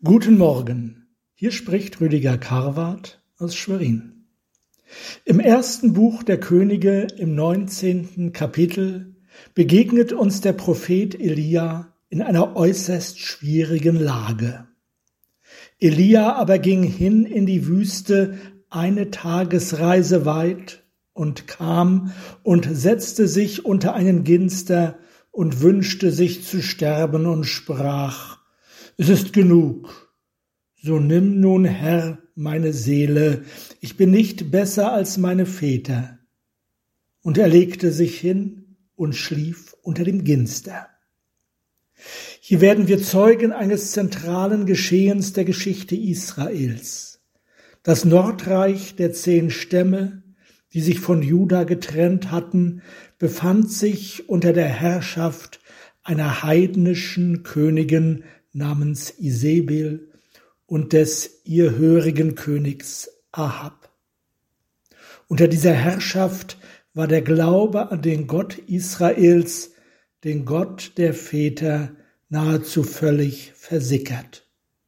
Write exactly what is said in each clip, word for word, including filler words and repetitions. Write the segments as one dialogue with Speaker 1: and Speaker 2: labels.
Speaker 1: Guten Morgen, hier spricht Rüdiger Karwart aus Schwerin. Im ersten Buch der Könige im neunzehnten Kapitel begegnet uns der Prophet Elia in einer äußerst schwierigen Lage. Elia aber ging hin in die Wüste eine Tagesreise weit und kam und setzte sich unter einen Ginster und wünschte sich zu sterben und sprach: Es ist genug, so nimm nun, Herr, meine Seele, ich bin nicht besser als meine Väter. Und er legte sich hin und schlief unter dem Ginster. Hier werden wir Zeugen eines zentralen Geschehens der Geschichte Israels. Das Nordreich der zehn Stämme, die sich von Juda getrennt hatten, befand sich unter der Herrschaft einer heidnischen Königin namens Isebel und des ihr hörigen Königs Ahab. Unter dieser Herrschaft war der Glaube an den Gott Israels, den Gott der Väter, nahezu völlig versickert.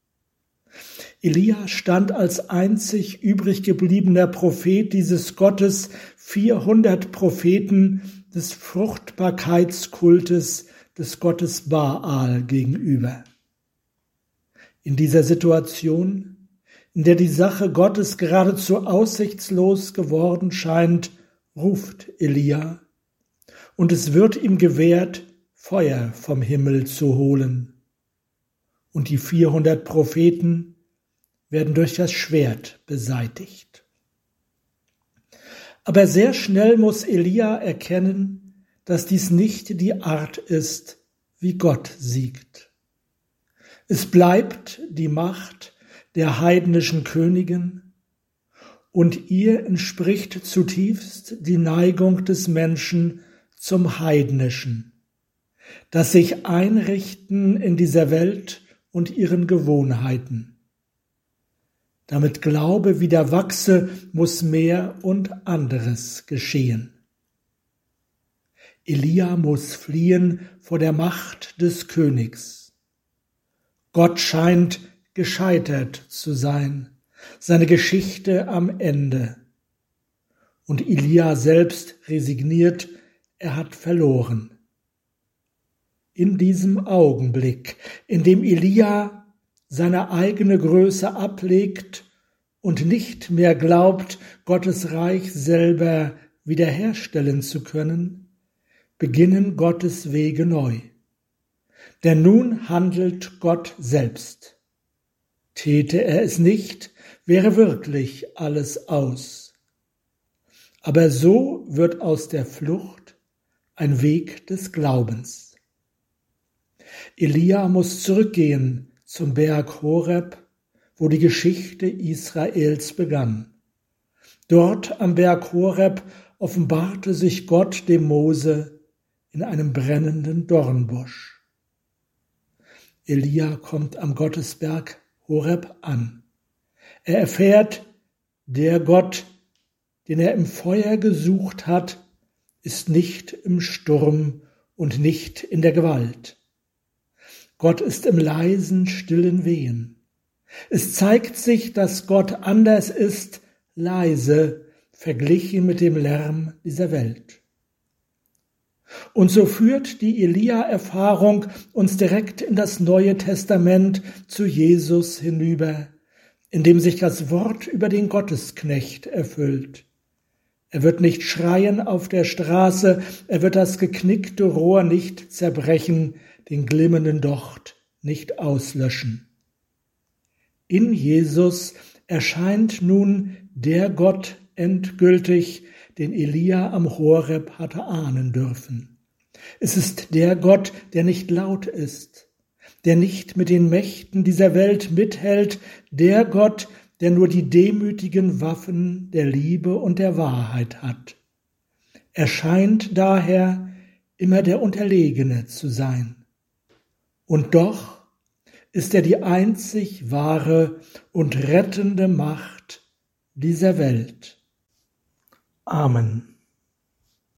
Speaker 1: Elia stand als einzig übrig gebliebener Prophet dieses Gottes vierhundert Propheten des Fruchtbarkeitskultes des Gottes Baal gegenüber. In dieser Situation, in der die Sache Gottes geradezu aussichtslos geworden scheint, ruft Elia, und es wird ihm gewährt, Feuer vom Himmel zu holen. Und die vierhundert Propheten werden durch das Schwert beseitigt. Aber sehr schnell muss Elia erkennen, dass dies nicht die Art ist, wie Gott siegt. Es bleibt die Macht der heidnischen Königin, und ihr entspricht zutiefst die Neigung des Menschen zum Heidnischen, das sich einrichten in dieser Welt und ihren Gewohnheiten. Damit Glaube wieder wachse, muss mehr und anderes geschehen. Elia muss fliehen vor der Macht des Königs. Gott scheint gescheitert zu sein, seine Geschichte am Ende. Und Elia selbst resigniert, er hat verloren. In diesem Augenblick, in dem Elia seine eigene Größe ablegt und nicht mehr glaubt, Gottes Reich selber wiederherstellen zu können, beginnen Gottes Wege neu. Denn nun handelt Gott selbst. Täte er es nicht, wäre wirklich alles aus. Aber so wird aus der Flucht ein Weg des Glaubens. Elia muss zurückgehen zum Berg Horeb, wo die Geschichte Israels begann. Dort am Berg Horeb offenbarte sich Gott dem Mose in einem brennenden Dornbusch. Elia kommt am Gottesberg Horeb an. Er erfährt, der Gott, den er im Feuer gesucht hat, ist nicht im Sturm und nicht in der Gewalt. Gott ist im leisen, stillen Wehen. Es zeigt sich, dass Gott anders ist, leise, verglichen mit dem Lärm dieser Welt. Und so führt die Elia-Erfahrung uns direkt in das Neue Testament zu Jesus hinüber, in dem sich das Wort über den Gottesknecht erfüllt. Er wird nicht schreien auf der Straße, er wird das geknickte Rohr nicht zerbrechen, den glimmenden Docht nicht auslöschen. In Jesus erscheint nun der Gott endgültig, den Elia am Horeb hatte ahnen dürfen. Es ist der Gott, der nicht laut ist, der nicht mit den Mächten dieser Welt mithält, der Gott, der nur die demütigen Waffen der Liebe und der Wahrheit hat. Er scheint daher immer der Unterlegene zu sein. Und doch ist er die einzig wahre und rettende Macht dieser Welt. Amen.